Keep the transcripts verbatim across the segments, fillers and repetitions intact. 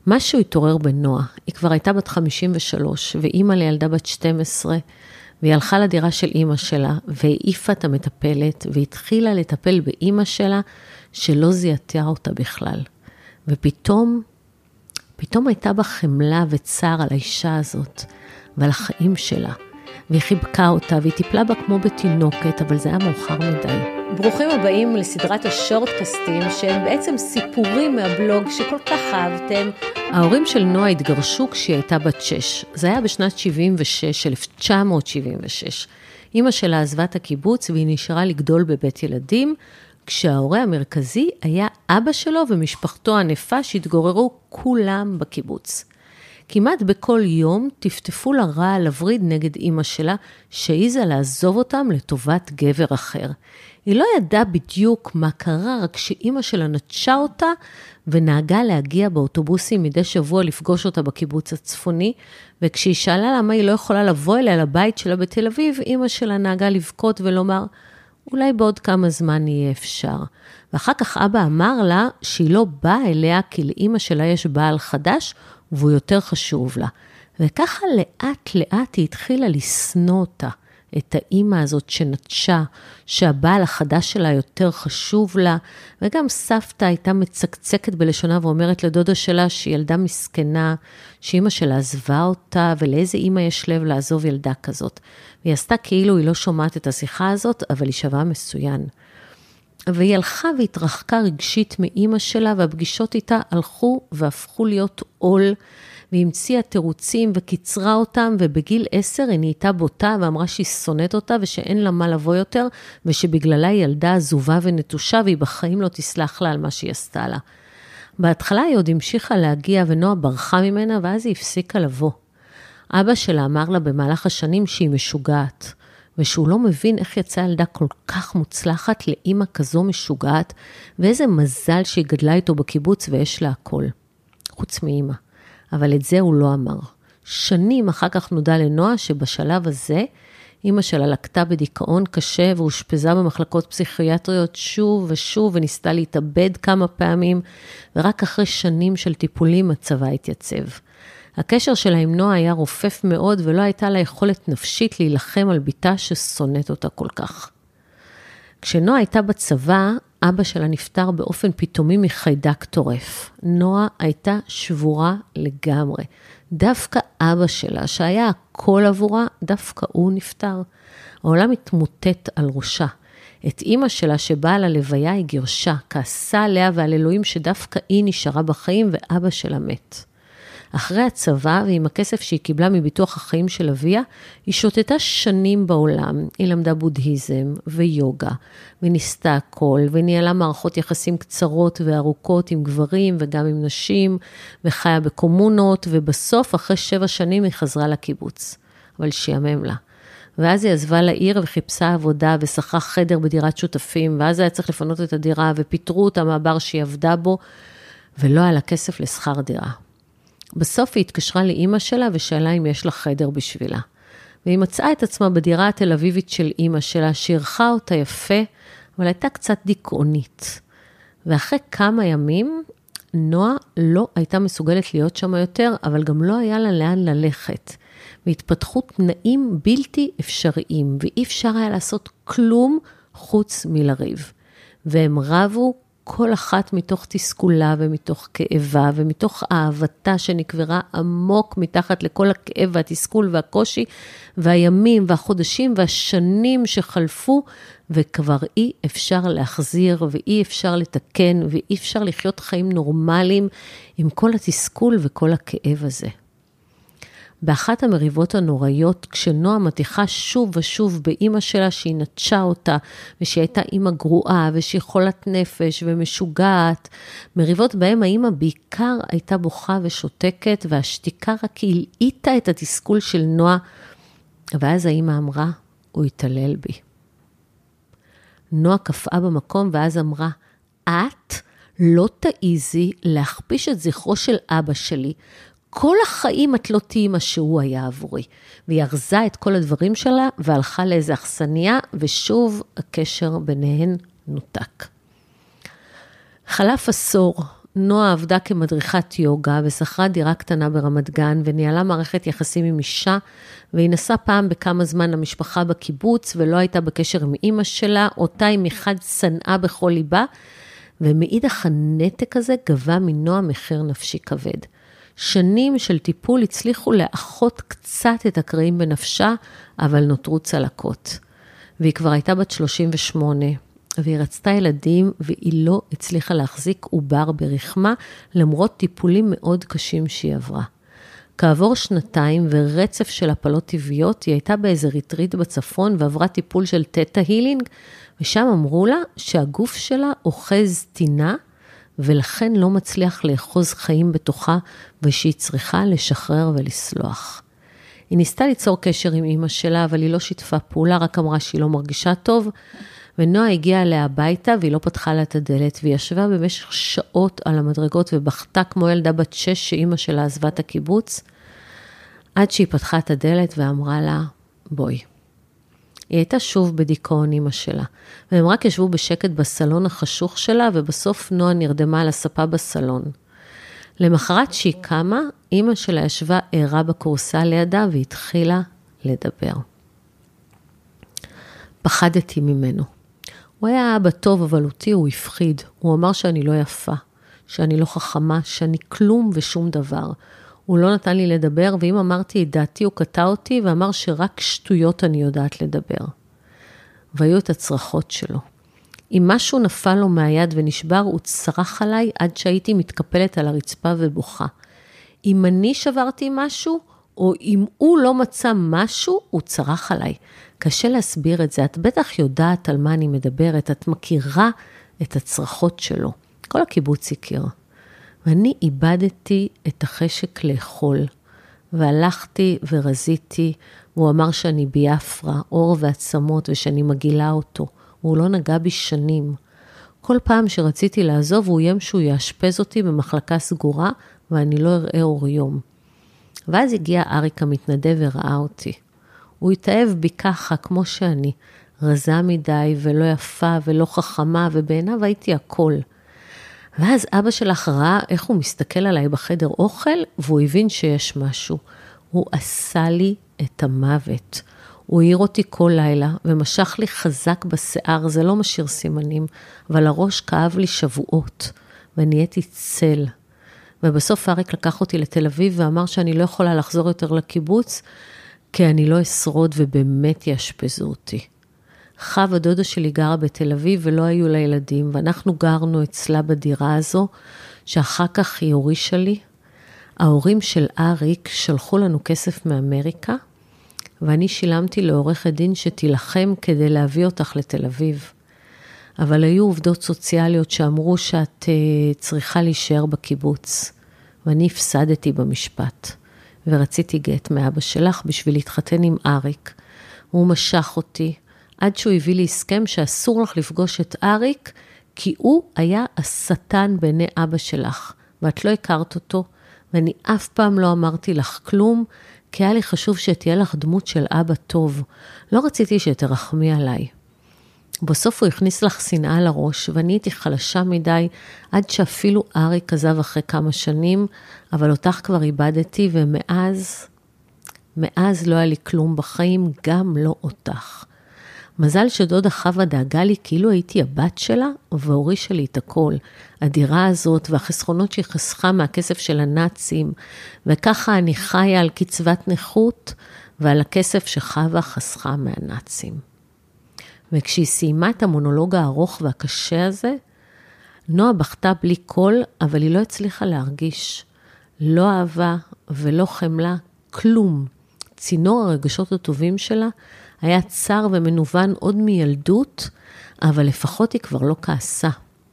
משהו התעורר בנועה, היא כבר הייתה בת חמישים ושלוש, ואימא לילדה בת שתים עשרה, והיא הלכה לדירה של אימא שלה, והעיפה את המטפלת, והתחילה לטפל באימא שלה, שלא זיהתה אותה בכלל. ופתאום, פתאום הייתה בה חמלה וצער על האישה הזאת, ועל החיים שלה. והיא חיבקה אותה, והיא טיפלה בה כמו בתינוקת, אבל זה היה מאוחר מדי. ברוכים הבאים לסדרת השורטקסטים, שהם בעצם סיפורים מהבלוג שכל כך אהבתם. ההורים של נועה התגרשו כשהיא הייתה בת שש. זה היה בשנת שבעים ושש, אלף תשע מאות שבעים ושש. אמא שלה עזבה את הקיבוץ, והיא נשארה לגדול בבית ילדים, כשההורה המרכזי היה אבא שלו ומשפחתו ענפה שהתגוררו כולם בקיבוץ. כמעט בכל יום טפטפו לה רעל לווריד נגד אמא שלה, שהעיזה לעזוב אותם לטובת גבר אחר. היא לא ידעה בדיוק מה קרה, רק שאמא שלה נטשה אותה, ונהגה להגיע באוטובוסים מדי שבוע לפגוש אותה בקיבוץ הצפוני, וכשהיא שאלה למה היא לא יכולה לבוא אליה לבית שלה בתל אביב, אמא שלה נהגה לבכות ולומר, אולי בעוד כמה זמן יהיה אפשר. ואחר כך אבא אמר לה שהיא לא באה אליה, כי לאמא שלה יש בעל חדש, והוא יותר חשוב לה. וככה לאט לאט היא התחילה לסנוע אותה, את האמא הזאת שנטשה, שהבעל החדש שלה יותר חשוב לה, וגם סבתא הייתה מצקצקת בלשונה ואומרת לדודה שלה שהיא ילדה מסכנה, שאמא שלה עזבה אותה, ולאיזה אמא יש לב לעזוב ילדה כזאת. והיא עשתה כאילו היא לא שומעת את השיחה הזאת, אבל היא שווה מסוין. והיא הלכה והתרחקה רגשית מאמא שלה, והפגישות איתה הלכו והפכו להיות עול, והיא המציאה תירוצים וקיצרה אותם, ובגיל עשר היא נהייתה בוטה, ואמרה שהיא שונאת אותה, ושאין לה מה לבוא יותר, ושבגללה היא ילדה עזובה ונטושה, והיא בחיים לא תסלח לה על מה שהיא עשתה לה. בהתחלה היא עוד המשיכה להגיע, ונועה ברחה ממנה, ואז היא הפסיקה לבוא. אבא שלה אמר לה במהלך השנים שהיא משוגעת, ושהוא לא מבין איך יצאה ילדה כל כך מוצלחת לאמא כזו משוגעת, ואיזה מזל שהיא גדלה איתו בקיבוץ ויש לה הכל, חוץ מאמא. אבל את זה הוא לא אמר. שנים אחר כך נודע לנועה שבשלב הזה, אמא שלה לקטה בדיכאון קשה והושפזה במחלקות פסיכיאטריות שוב ושוב, וניסתה להתאבד כמה פעמים, ורק אחרי שנים של טיפולים מצבה התייצב. הקשר שלה עם נועה היה רופף מאוד, ולא הייתה לה יכולת נפשית להילחם על ביתה ששונאת אותה כל כך. כשנועה הייתה בצבא, אבא שלה נפטר באופן פתאומי מחיידק טורף. נועה הייתה שבורה לגמרי. דווקא אבא שלה, שהיה הכל עבורה, דווקא הוא נפטר. העולם התמוטט על ראשה. את אמא שלה שבאה ללוויה היא גירשה, כעסה עליה ועל אלוהים שדווקא היא נשארה בחיים ואבא שלה מת. אחרי הצבא, ועם הכסף שהיא קיבלה מביטוח החיים של אביה, היא שוטטה שנים בעולם. היא למדה בודהיזם ויוגה, וניסתה הכל, וניהלה מערכות יחסים קצרות וארוכות עם גברים וגם עם נשים, וחיה בקומונות, ובסוף, אחרי שבע שנים, היא חזרה לקיבוץ. אבל שיאמם לה. ואז היא עזבה לעיר וחיפשה עבודה, ושכרה חדר בדירת שותפים, ואז היה צריך לפנות את הדירה, ופיטרו אותה מהבר שהיא עבדה בו, ולא היה לה כסף לשכר דירה. בסוף היא התקשרה לאמא שלה ושאלה אם יש לה חדר בשבילה. והיא מצאה את עצמה בדירה התל אביבית של אמא שלה, שערכה אותה יפה, אבל הייתה קצת דיכאונית. ואחרי כמה ימים, נועה לא הייתה מסוגלת להיות שם יותר, אבל גם לא היה לה לאן ללכת. והתפתחו תנאים בלתי אפשריים, ואי אפשר היה לעשות כלום חוץ מלריב. והם רבו כל אחת מתוך תסכולה ומתוך כאבה ומתוך אהבתה שנקברה עמוק מתחת לכל הכאב והתסכול והקושי והימים והחודשים והשנים שחלפו, וכבר אי אפשר להחזיר ואי אפשר לתקן ואי אפשר לחיות חיים נורמליים עם כל התסכול וכל הכאב הזה. באחת המריבות הנוראיות, כשנועה מתיחה שוב ושוב באמא שלה שהיא נטשה אותה, ושהיא הייתה אמא גרועה, ושהיא חולת נפש ומשוגעת, מריבות בהם האמא בעיקר הייתה בוכה ושותקת, והשתיקה רק הלעיטה את התסכול של נועה, ואז האמא אמרה, הוא התעלל בי. נועה קפאה במקום, ואז אמרה, את לא תעיזי להכפיש את זכרו של אבא שלי, כל החיים את לא תהי מה שהוא היה עבורי. והיא ארזה את כל הדברים שלה, והלכה לאיזו אכסניה, ושוב הקשר ביניהן נותק. חלף עשור, נועה עבדה כמדריכת יוגה ושכרה דירה קטנה ברמת גן וניהלה מערכת יחסים עם אישה, והיא נסעה פעם בכמה זמן למשפחה בקיבוץ ולא הייתה בקשר עם אמא שלה, אותה היא מחד שנאה בכל ליבה, ומאידך הנתק הזה גבה מנועה מחיר נפשי כבד. שנים של טיפול הצליחו לאחות קצת את הקרעים בנפשה, אבל נותרו צלקות. והיא כבר הייתה בת שלושים ושמונה, והיא רצתה ילדים, והיא לא הצליחה להחזיק עובר ברחמה, למרות טיפולים מאוד קשים שהיא עברה. כעבור שנתיים ורצף של הפלות טבעיות, היא הייתה באיזה ריטריט בצפון, ועברה טיפול של תטא הילינג, ושם אמרו לה שהגוף שלה אוחז טינה, ולכן לא מצליח לאחוז חיים בתוכה, ושהיא צריכה לשחרר ולסלוח. היא ניסתה ליצור קשר עם אמא שלה, אבל היא לא שיתפה פעולה, רק אמרה שהיא לא מרגישה טוב, ונועה הגיעה אליה הביתה, והיא לא פתחה לה את הדלת, והיא ישבה במשך שעות על המדרגות, ובכתה כמו ילדה בת שש, שאמא שלה עזבה את הקיבוץ, עד שהיא פתחה את הדלת, ואמרה לה, בואי. היא הייתה שוב בדיכאון אמא שלה, והם רק ישבו בשקט בסלון החשוך שלה, ובסוף נועה נרדמה על הספה בסלון. למחרת שהיא קמה, אמא שלה ישבה ערה בקורסה לידה, והתחילה לדבר. פחדתי ממנו. הוא היה אבא טוב, אבל אותי הוא הפחיד. הוא אמר שאני לא יפה, שאני לא חכמה, שאני כלום ושום דבר. הוא לא נתן לי לדבר, ואם אמרתי את דעתי, הוא קטע אותי, ואמר שרק שטויות אני יודעת לדבר. והיו את הצרחות שלו. אם משהו נפל לו מהיד ונשבר, הוא צרח עליי עד שהייתי מתקפלת על הרצפה ובוכה. אם אני שברתי משהו, או אם הוא לא מצא משהו, הוא צרח עליי. קשה להסביר את זה, את בטח יודעת על מה אני מדברת, את מכירה את הצרחות שלו. כל הקיבוץ הכיר. ואני איבדתי את החשק לאכול, והלכתי ורזיתי, והוא אמר שאני ביאפרה, אור ועצמות, ושאני מגילה אותו. הוא לא נגע בי שנים. כל פעם שרציתי לעזוב, הוא איים שהוא יאשפז אותי במחלקה סגורה, ואני לא אראה אור יום. ואז הגיע אריק המתנדב וראה אותי. הוא התאהב בי ככה, כמו שאני, רזה מדי ולא יפה ולא חכמה, ובעיניו הייתי הכל. ואז אבא שלך ראה איך הוא מסתכל עליי בחדר אוכל, והוא הבין שיש משהו. הוא עשה לי את המוות. הוא העיר אותי כל לילה, ומשך לי חזק בשיער, זה לא משאיר סימנים, אבל הראש כאב לי שבועות, ונהייתי צל. ובסוף אריק לקח אותי לתל אביב, ואמר שאני לא יכולה לחזור יותר לקיבוץ, כי אני לא אשרוד ובאמת יאשפזו אותי. חווה דודה שלי גרה בתל אביב ולא היו לה ילדים, ואנחנו גרנו אצלה בדירה הזו, שאחר כך היא הורישה לי. ההורים של אריק שלחו לנו כסף מאמריקה, ואני שילמתי לעורכת דין שתילחם כדי להביא אותך לתל אביב. אבל היו עובדות סוציאליות שאמרו שאת uh, צריכה להישאר בקיבוץ, ואני הפסדתי במשפט. ורציתי גט מאבא שלך בשביל להתחתן עם אריק. הוא משך אותי, עד שהוא הביא לי הסכם שאסור לך לפגוש את אריק, כי הוא היה השטן בעיני אבא שלך, ואת לא הכרת אותו, ואני אף פעם לא אמרתי לך כלום, כי היה לי חשוב שתהיה לך דמות של אבא טוב. לא רציתי שתרחמי עליי. בסוף הוא הכניס לך שנאה לראש, ואני הייתי חלשה מדי, עד שאפילו אריק עזב אחרי כמה שנים, אבל אותך כבר איבדתי, ומאז, מאז לא היה לי כלום בחיים, גם לא אותך. מזל שדודה חווה דאגה לי כאילו הייתי הבת שלה, והורישה לי את הכל. הדירה הזאת והחסכונות שהיא חסכה מהכסף של הנאצים, וככה אני חיה על קצבת נכות, ועל הכסף שחווה חסכה מהנאצים. וכשהיא סיימה את המונולוג הארוך והקשה הזה, נועה בכתה בלי קול, אבל היא לא הצליחה להרגיש. לא אהבה ולא חמלה, כלום. צינור הרגשות הטובים שלה היה צר ומנוון עוד מילדות, אבל לפחות היא כבר לא כעסה.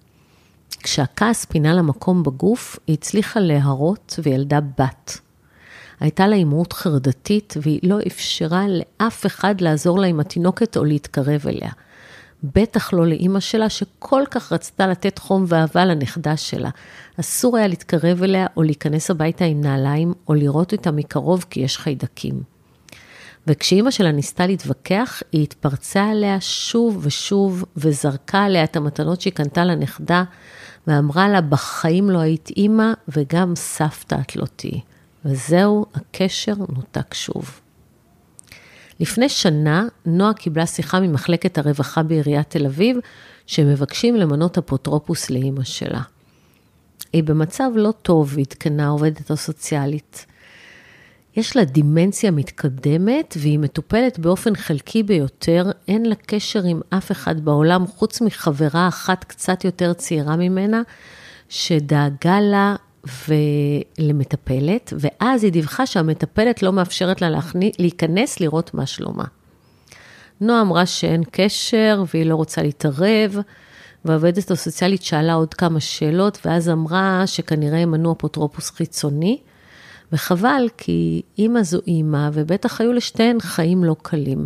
כשהכעס פינה למקום בגוף, היא הצליחה להרות וילדה בת. הייתה לה אימהות חרדתית, והיא לא אפשרה לאף אחד לעזור לה עם התינוקת או להתקרב אליה. בטח לא לאמא שלה, שכל כך רצתה לתת חום ואהבה לנכדה שלה. אסור היה להתקרב אליה או להיכנס הביתה עם נעליים, או לראות אותה מקרוב כי יש חיידקים. וכשאמא שלה ניסתה להתווכח, היא התפרצה עליה שוב ושוב, וזרקה עליה את המתנות שהיא קנתה לנכדה, ואמרה לה, בחיים לא היית אימא, וגם סבתא את לא תהי. וזהו, הקשר נותק שוב. לפני שנה, נועה קיבלה שיחה ממחלקת הרווחה בעיריית תל אביב, שמבקשים למנות אפוטרופוס לאמא שלה. היא במצב לא טוב, התקנה עובדת הסוציאלית. יש לה דימנציה מתקדמת, והיא מטופלת באופן חלקי ביותר, אין לה קשר עם אף אחד בעולם, חוץ מחברה אחת קצת יותר צעירה ממנה, שדאגה לה ולמטפלת, ואז היא דיווחה שהמטפלת לא מאפשרת לה להכניס, להיכנס לראות מה שלומה. נועה אמרה שאין קשר, והיא לא רוצה להתערב, והעובדת הסוציאלית שאלה עוד כמה שאלות, ואז אמרה שכנראה ימנו אפוטרופוס חיצוני, וחבל כי אמא זו אמא, ובטח היו לשתיהן חיים לא קלים.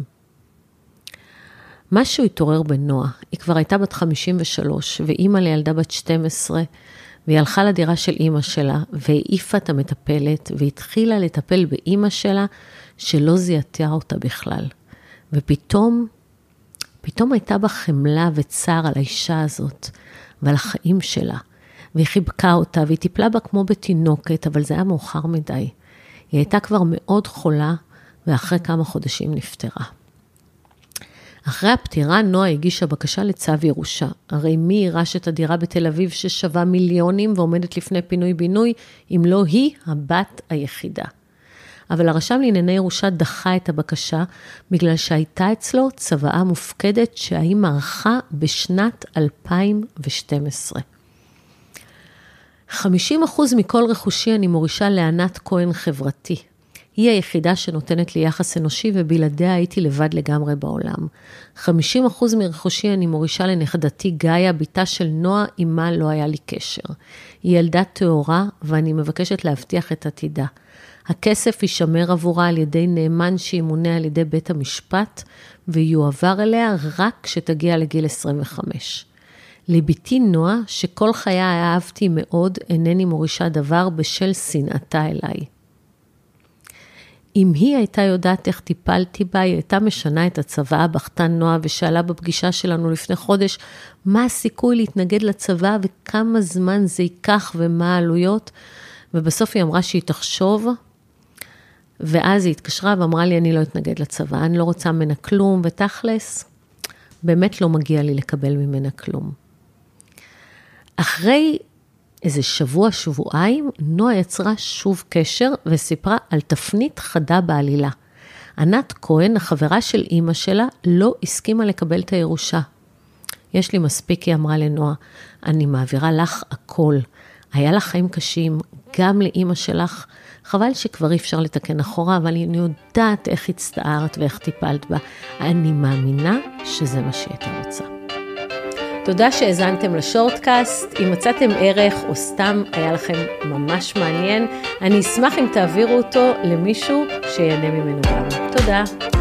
משהו התעורר בנועה, היא כבר הייתה בת חמישים ושלוש, ואמא לילדה בת שתים עשרה, והיא הלכה לדירה של אמא שלה, והעיפה את המטפלת, והתחילה לטפל באמא שלה, שלא זיהתה אותה בכלל. ופתאום, פתאום הייתה בה חמלה וצער על האישה הזאת, ועל החיים שלה. והיא חיבקה אותה, והיא טיפלה בה כמו בתינוקת, אבל זה היה מאוחר מדי. היא הייתה כבר מאוד חולה, ואחרי כמה חודשים נפטרה. אחרי הפטירה, נועה הגישה בקשה לצו ירושה. הרי מי יירש את הדירה בתל אביב ששווה מיליונים, ועומדת לפני פינוי-בינוי, אם לא היא הבת היחידה. אבל הרשם לענייני ירושה דחה את הבקשה, בגלל שהייתה אצלו צוואה מופקדת שהיא ערכה בשנת אלפיים ושתים עשרה. חמישים אחוז מכל רכושי אני מורישה לענת כהן חברתי. היא היחידה שנותנת לי יחס אנושי, ובלעדיה הייתי לבד לגמרי בעולם. חמישים אחוז מרכושי אני מורישה לנכדתי גאיה, ביתה של נועה, עמה לא היה לי קשר. היא ילדה תאורה, ואני מבקשת להבטיח את עתידה. הכסף יישמר עבורה על ידי נאמן שימונה על ידי בית המשפט, ויועבר אליה רק כשתגיע לגיל עשרים וחמש. לביתי נועה, שכל חיי אהבתי מאוד, אינני מורישה דבר בשל שנאתה אליי. אם היא הייתה יודעת איך טיפלתי בה, היא הייתה משנה את הצבא, בכתה נועה, ושאלה בפגישה שלנו לפני חודש, מה הסיכוי להתנגד לצבא, וכמה זמן זה ייקח, ומה העלויות, ובסוף היא אמרה שהיא תחשוב, ואז היא התקשרה ואמרה לי, אני לא אתנגד לצבא, אני לא רוצה ממנה כלום, ותכלס, באמת לא מגיע לי לקבל ממנה כלום. אחרי איזה שבוע, שבועיים, נועה יצרה שוב קשר וסיפרה על תפנית חדה בעלילה. ענת כהן, החברה של אמא שלה, לא הסכימה לקבל את הירושה. יש לי מספיק, היא אמרה לנועה, אני מעבירה לך הכל. היה לך חיים קשים, גם לאמא שלך. חבל שכבר אי אפשר לתקן אחורה, אבל אני יודעת איך הצטערת ואיך טיפלת בה. אני מאמינה שזה מה שהיא הייתה רוצה. תודה שהזנתם לשורטקאסט, אם מצאתם ערך או סתם היה לכם ממש מעניין, אני אשמח אם תעבירו אותו למישהו שיהנה ממנו גם. תודה.